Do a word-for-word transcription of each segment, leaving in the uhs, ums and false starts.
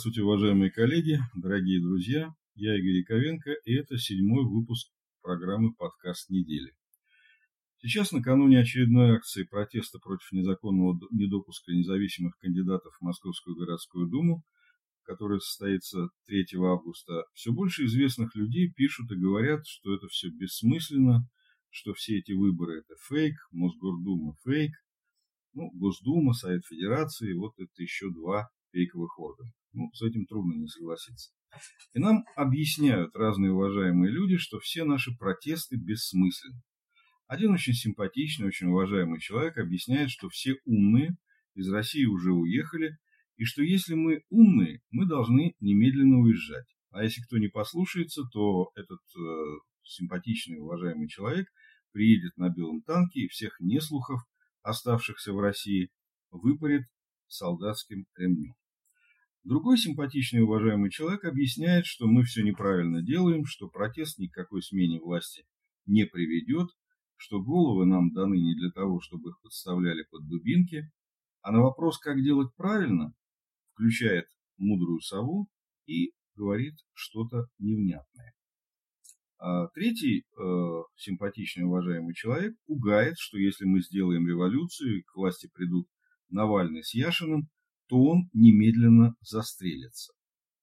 Здравствуйте, уважаемые коллеги, дорогие друзья. Я Игорь Яковенко, и это седьмой выпуск программы «Подкаст недели». Сейчас, накануне очередной акции протеста против незаконного недопуска независимых кандидатов в Московскую городскую думу, которая состоится третьего августа, все больше известных людей пишут и говорят, что это все бессмысленно, что все эти выборы – это фейк, Мосгордума – фейк, ну, Госдума, Совет Федерации – вот это еще два фейковых органа. Ну, с этим трудно не согласиться. И нам объясняют разные уважаемые люди, что все наши протесты бессмысленны. Один очень симпатичный, очень уважаемый человек объясняет, что все умные из России уже уехали, и что если мы умные, мы должны немедленно уезжать. А если кто не послушается, то этот э, симпатичный, уважаемый человек приедет на белом танке и всех неслухов, оставшихся в России, выпарит солдатским ремнем. Другой симпатичный уважаемый человек объясняет, что мы все неправильно делаем, что протест ни к какой смене власти не приведет, что головы нам даны не для того, чтобы их подставляли под дубинки, а на вопрос, как делать правильно, включает мудрую сову и говорит что-то невнятное. А третий э, симпатичный уважаемый человек пугает, что если мы сделаем революцию и к власти придут Навальный с Яшиным, то он немедленно застрелится.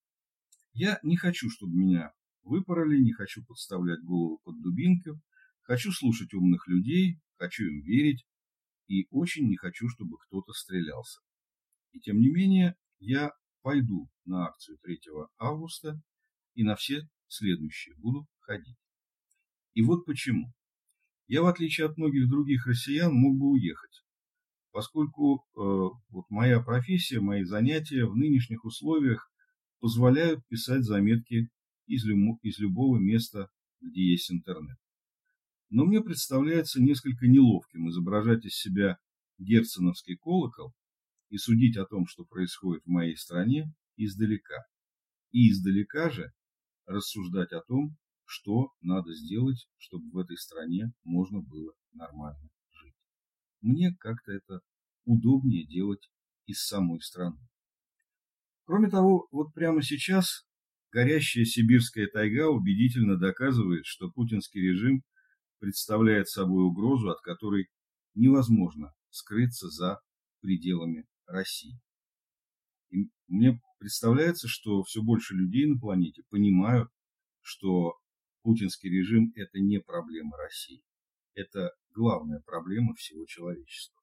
Я не хочу, чтобы меня выпороли, не хочу подставлять голову под дубинку, хочу слушать умных людей, хочу им верить и очень не хочу, чтобы кто-то стрелялся. И тем не менее, я пойду на акцию третьего августа и на все следующие буду ходить. И вот почему. Я, в отличие от многих других россиян, мог бы уехать. Поскольку э, вот моя профессия, мои занятия в нынешних условиях позволяют писать заметки из, люб- из любого места, где есть интернет. Но мне представляется несколько неловким изображать из себя герценовский колокол и судить о том, что происходит в моей стране, издалека. И издалека же рассуждать о том, что надо сделать, чтобы в этой стране можно было нормально жить. Мне как-то это удобнее делать из самой страны. Кроме того, вот прямо сейчас горящая сибирская тайга убедительно доказывает, что путинский режим представляет собой угрозу, от которой невозможно скрыться за пределами России. И мне представляется, что все больше людей на планете понимают, что путинский режим – это не проблема России. Это главная проблема всего человечества.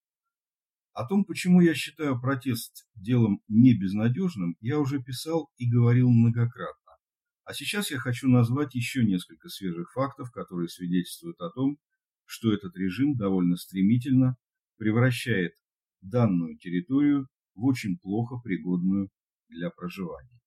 О том, почему я считаю протест делом не безнадежным, я уже писал и говорил многократно. А сейчас я хочу назвать еще несколько свежих фактов, которые свидетельствуют о том, что этот режим довольно стремительно превращает данную территорию в очень плохо пригодную для проживания.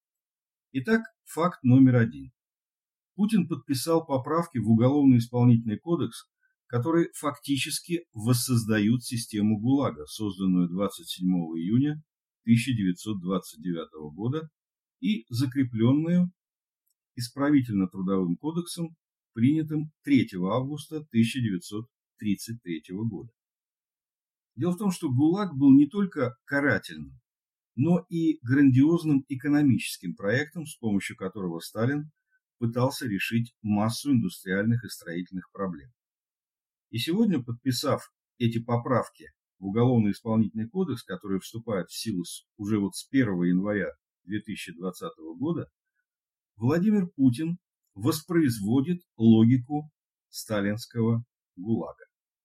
Итак, факт номер один. Путин подписал поправки в Уголовно-исполнительный кодекс, которые фактически воссоздают систему ГУЛАГа, созданную двадцать седьмого июня тысяча девятьсот двадцать девятого года и закрепленную исправительно-трудовым кодексом, принятым третьего августа тысяча девятьсот тридцать третьего года. Дело в том, что ГУЛАГ был не только карательным, но и грандиозным экономическим проектом, с помощью которого Сталин пытался решить массу индустриальных и строительных проблем. И сегодня, подписав эти поправки в Уголовно-исполнительный кодекс, которые вступают в силу уже вот с первого января две тысячи двадцатого года, Владимир Путин воспроизводит логику сталинского ГУЛАГа.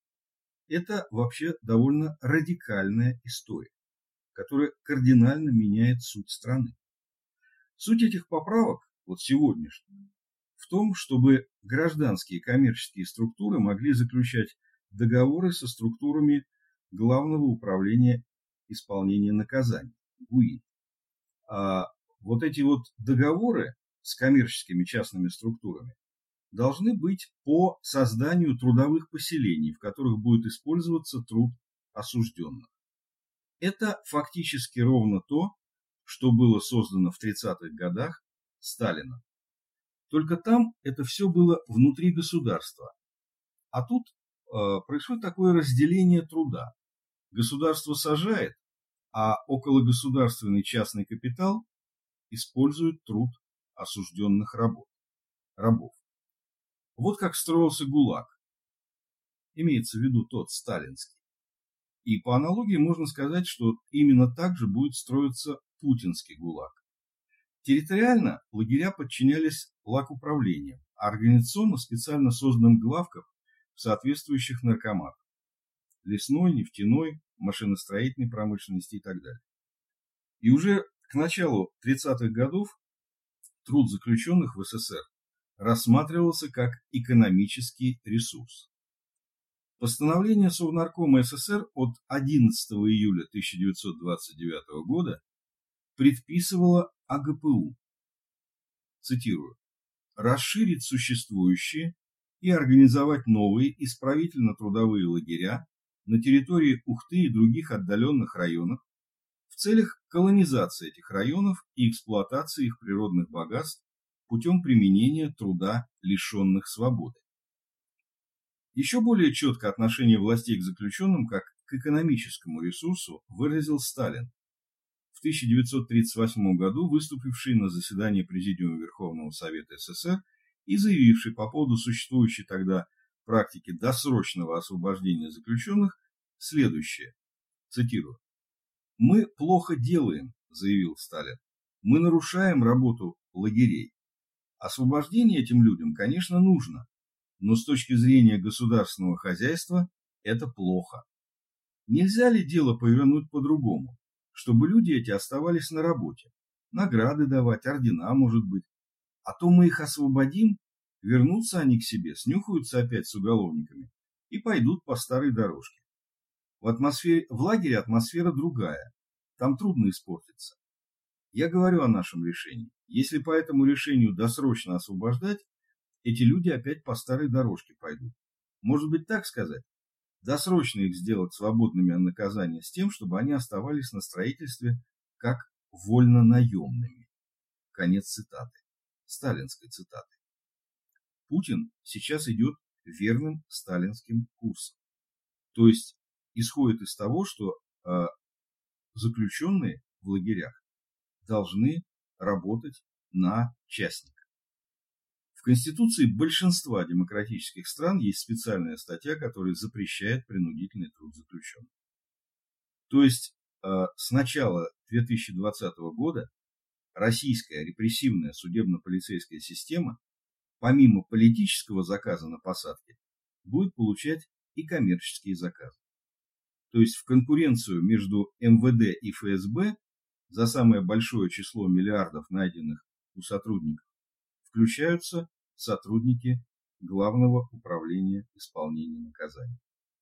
Это вообще довольно радикальная история, которая кардинально меняет суть страны. Суть этих поправок, вот сегодняшних, в том, чтобы гражданские коммерческие структуры могли заключать договоры со структурами Главного управления исполнения наказаний, ГУИ. А вот эти вот договоры с коммерческими частными структурами должны быть по созданию трудовых поселений, в которых будет использоваться труд осужденных. Это фактически ровно то, что было создано в тридцатых годах Сталином. Только там это все было внутри государства. А тут э, происходит такое разделение труда. Государство сажает, а окологосударственный частный капитал использует труд осужденных рабов. рабов. Вот как строился ГУЛАГ. Имеется в виду тот сталинский. И по аналогии можно сказать, что именно так же будет строиться путинский ГУЛАГ. Территориально лагеря подчинялись лаг-управлениям, а организационно специально созданным главкам в соответствующих наркоматах. Лесной, нефтяной, машиностроительной промышленности и так далее. И уже к началу тридцатых годов труд заключенных в СССР рассматривался как экономический ресурс. Постановление Совнаркома СССР от одиннадцатого июля тысяча девятьсот двадцать девятого года предписывало АГПУ, цитирую, расширить существующие и организовать новые исправительно-трудовые лагеря на территории Ухты и других отдаленных районов в целях колонизации этих районов и эксплуатации их природных богатств путем применения труда лишенных свободы. Еще более четко отношение властей к заключенным как к экономическому ресурсу выразил Сталин, в тысяча девятьсот тридцать восьмом году выступивший на заседании Президиума Верховного Совета СССР и заявивший по поводу существующей тогда практики досрочного освобождения заключенных следующее, цитирую, «Мы плохо делаем», заявил Сталин, «мы нарушаем работу лагерей. Освобождение этим людям, конечно, нужно, но с точки зрения государственного хозяйства это плохо. Нельзя ли дело повернуть по-другому, чтобы люди эти оставались на работе, награды давать, ордена, может быть, а то мы их освободим, вернутся они к себе, снюхаются опять с уголовниками и пойдут по старой дорожке. В, атмосфере, в лагере атмосфера другая, там трудно испортиться. Я говорю о нашем решении. Если по этому решению досрочно освобождать, эти люди опять по старой дорожке пойдут. Может быть, так сказать? Досрочно их сделать свободными от наказания с тем, чтобы они оставались на строительстве как вольнонаемными. Конец цитаты. Сталинской цитаты. Путин сейчас идет верным сталинским курсом. То есть исходит из того, что э, заключенные в лагерях должны работать на частника. В Конституции большинства демократических стран есть специальная статья, которая запрещает принудительный труд заключенных. То есть э, с начала две тысячи двадцатого года российская репрессивная судебно-полицейская система, помимо политического заказа на посадке, будет получать и коммерческие заказы. То есть в конкуренцию между эм вэ дэ и эф эс бэ за самое большое число миллиардов, найденных у сотрудников, включаются сотрудники Главного управления исполнения наказаний.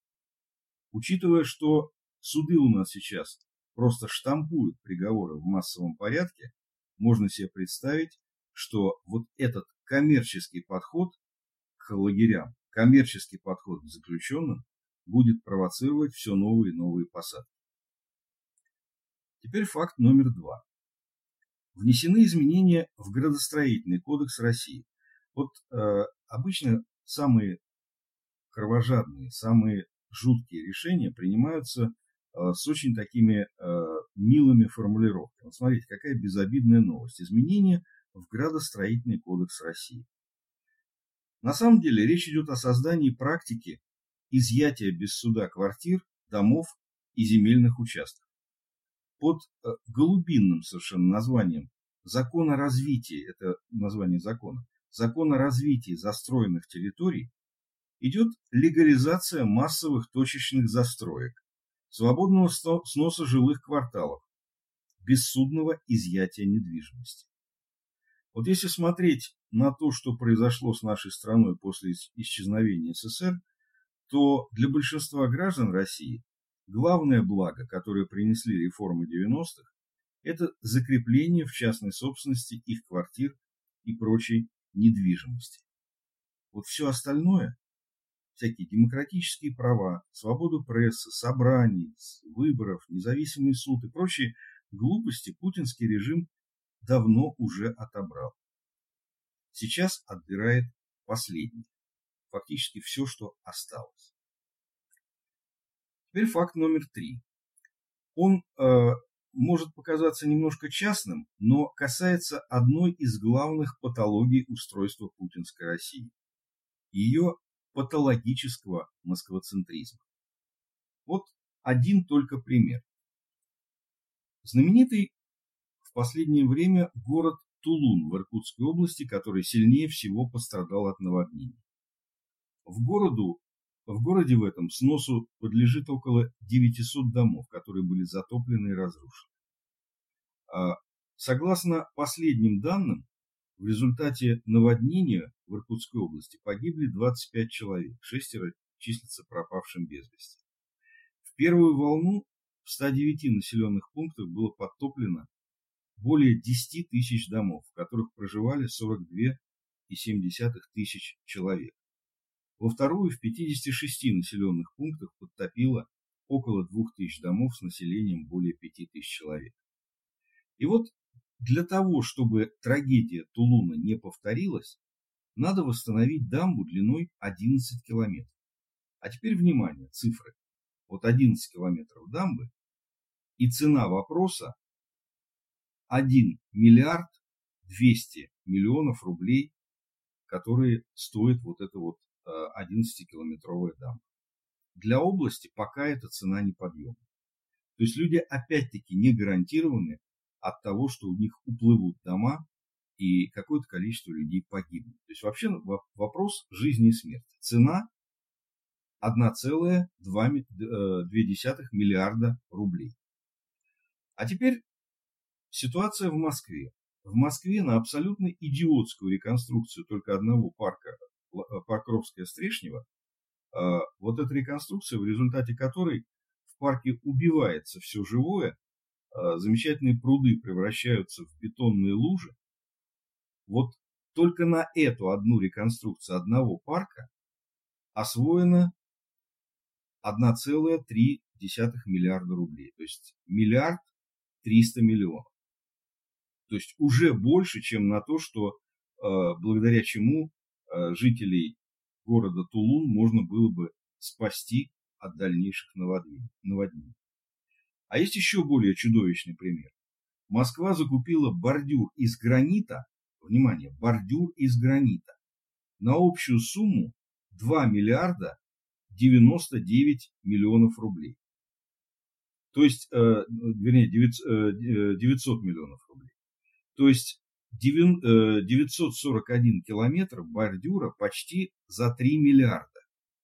Учитывая, что суды у нас сейчас просто штампуют приговоры в массовом порядке, можно себе представить, что вот этот коммерческий подход к лагерям, коммерческий подход к заключенным будет провоцировать все новые и новые посадки. Теперь факт номер два. Внесены изменения в Градостроительный кодекс России. Вот э, обычно самые кровожадные, самые жуткие решения принимаются э, с очень такими э, милыми формулировками. Вот смотрите, какая безобидная новость. Изменения в Градостроительный кодекс России. На самом деле речь идет о создании практики изъятия без суда квартир, домов и земельных участков. Под э, голубинным совершенно названием «Закон о развитии», это название закона, «Закон о развитии застроенных территорий» идет легализация массовых точечных застроек, свободного сноса жилых кварталов, бессудного изъятия недвижимости. Вот если смотреть на то, что произошло с нашей страной после исчезновения эс эс эс эр, то для большинства граждан России главное благо, которое принесли реформы девяностых, это закрепление в частной собственности их квартир и прочей недвижимости. Вот все остальное, всякие демократические права, свободу прессы, собраний, выборов, независимый суд и прочие глупости путинский режим давно уже отобрал. Сейчас отбирает последнее. Фактически все, что осталось. Теперь факт номер три. Он э, может показаться немножко частным, но касается одной из главных патологий устройства путинской России – ее патологического москвоцентризма. Вот один только пример. Знаменитый в последнее время город Тулун в Иркутской области, который сильнее всего пострадал от наводнений. В, городу, в городе в этом сносу подлежит около девятисот домов, которые были затоплены и разрушены. Согласно последним данным, в результате наводнения в Иркутской области погибли двадцать пять человек, шестеро числятся пропавшим без вести. В первую волну в ста девяти населенных пунктах было подтоплено более десяти тысяч домов, в которых проживали сорок две и семь десятых тысяч человек. Во вторую в пятидесяти шести населенных пунктах подтопило около двух тысяч домов с населением более пяти тысяч человек. И вот для того, чтобы трагедия Тулуна не повторилась, надо восстановить дамбу длиной одиннадцать километров. А теперь внимание, цифры. Вот одиннадцать километров дамбы, и цена вопроса один миллиард двести миллионов рублей, которые стоит вот эта вот одиннадцатикилометровая дамба. Для области пока эта цена неподъемна. То есть люди опять-таки не гарантированы от того, что у них уплывут дома и какое-то количество людей погибнет. То есть вообще вопрос жизни и смерти. Цена одна целая две десятых миллиарда рублей. А теперь ситуация в Москве. В Москве на абсолютно идиотскую реконструкцию только одного парка, Покровская-Стрешнева, вот эта реконструкция, в результате которой в парке убивается все живое, замечательные пруды превращаются в бетонные лужи. Вот только на эту одну реконструкцию одного парка освоено одна целая три десятых миллиарда рублей. То есть миллиард триста миллионов. То есть уже больше, чем на то, что благодаря чему жителей города Тулун можно было бы спасти от дальнейших наводнений. А есть еще более чудовищный пример. Москва закупила бордюр из гранита, внимание, бордюр из гранита, на общую сумму два миллиарда девяносто девять миллионов рублей. То есть, э, вернее, девятьсот миллионов рублей. То есть девятьсот сорок один километр бордюра почти за три миллиарда.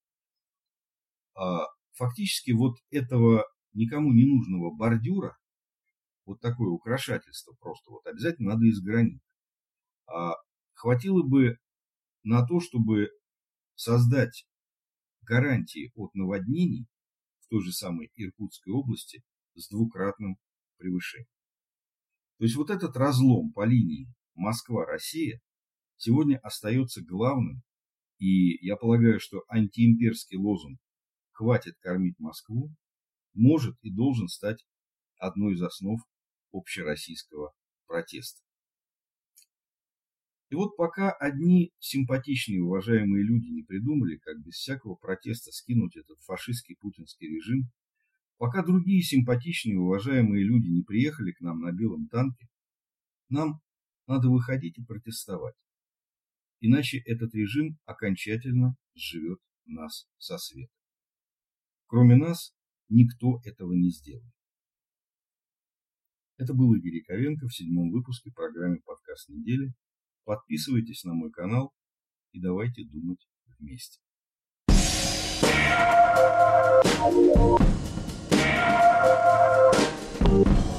Фактически вот этого никому не нужного бордюра, вот такое украшательство просто, вот обязательно надо из гранита. Хватило бы на то, чтобы создать гарантии от наводнений в той же самой Иркутской области с двукратным превышением. То есть вот этот разлом по линии Москва-Россия сегодня остается главным, и я полагаю, что антиимперский лозунг «Хватит кормить Москву» может и должен стать одной из основ общероссийского протеста. И вот пока одни симпатичные и уважаемые люди не придумали, как без всякого протеста скинуть этот фашистский путинский режим, пока другие симпатичные и уважаемые люди не приехали к нам на белом танке, нам надо выходить и протестовать. Иначе этот режим окончательно сживет нас со света. Кроме нас, никто этого не сделает. Это был Игорь Яковенко в седьмом выпуске программы «Подкаст недели». Подписывайтесь на мой канал и давайте думать вместе. Thank you.